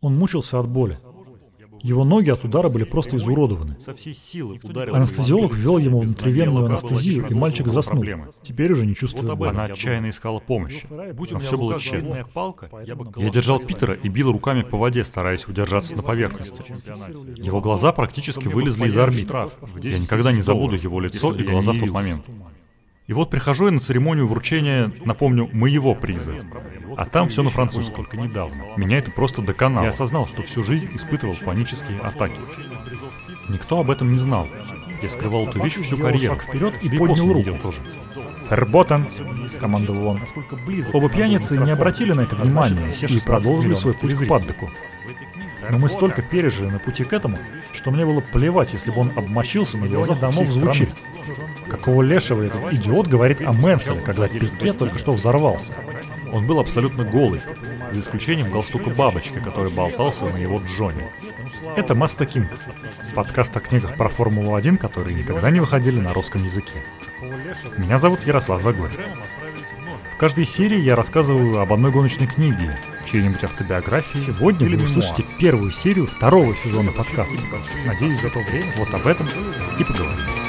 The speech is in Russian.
Он мучился от боли. Его ноги от удара были просто изуродованы. Со всей силы ударил. Анестезиолог ввел ему внутривенную анестезию, и мальчик заснул. Теперь уже не чувствует боли. Она отчаянно искала помощи, но все было тщетно. Я держал Питера и бил руками по воде, стараясь удержаться на поверхности. Его глаза практически вылезли из орбит. Я никогда не забуду его лицо и глаза в тот момент. И вот прихожу я на церемонию вручения, напомню, моего приза. А там все на французском. Только недавно. Меня это просто доконало. Я осознал, что всю жизнь испытывал панические атаки. Никто об этом не знал. Я скрывал эту вещь всю карьеру. Вперед и поднял руку тоже. «Ферботен!» — скомандовал он. Оба пьяницы не обратили на это внимания и продолжили свой путь к Паддоку. Но мы столько пережили на пути к этому, что мне было плевать, если бы он обмочился, на глазах домов звучит. Какого лешего этот идиот говорит о Мэнселе, когда Пике только что взорвался? Он был абсолютно голый, за исключением галстука бабочки, который болтался на его Джоне. Это Маста Кинг, подкаст о книгах про Формулу-1, которые никогда не выходили на русском языке. Меня зовут Ярослав Загорец. В каждой серии я рассказываю об одной гоночной книге, чьей-нибудь автобиографии. Сегодня вы услышите первую серию второго сезона подкаста. Надеюсь, за то время вот об этом и поговорим.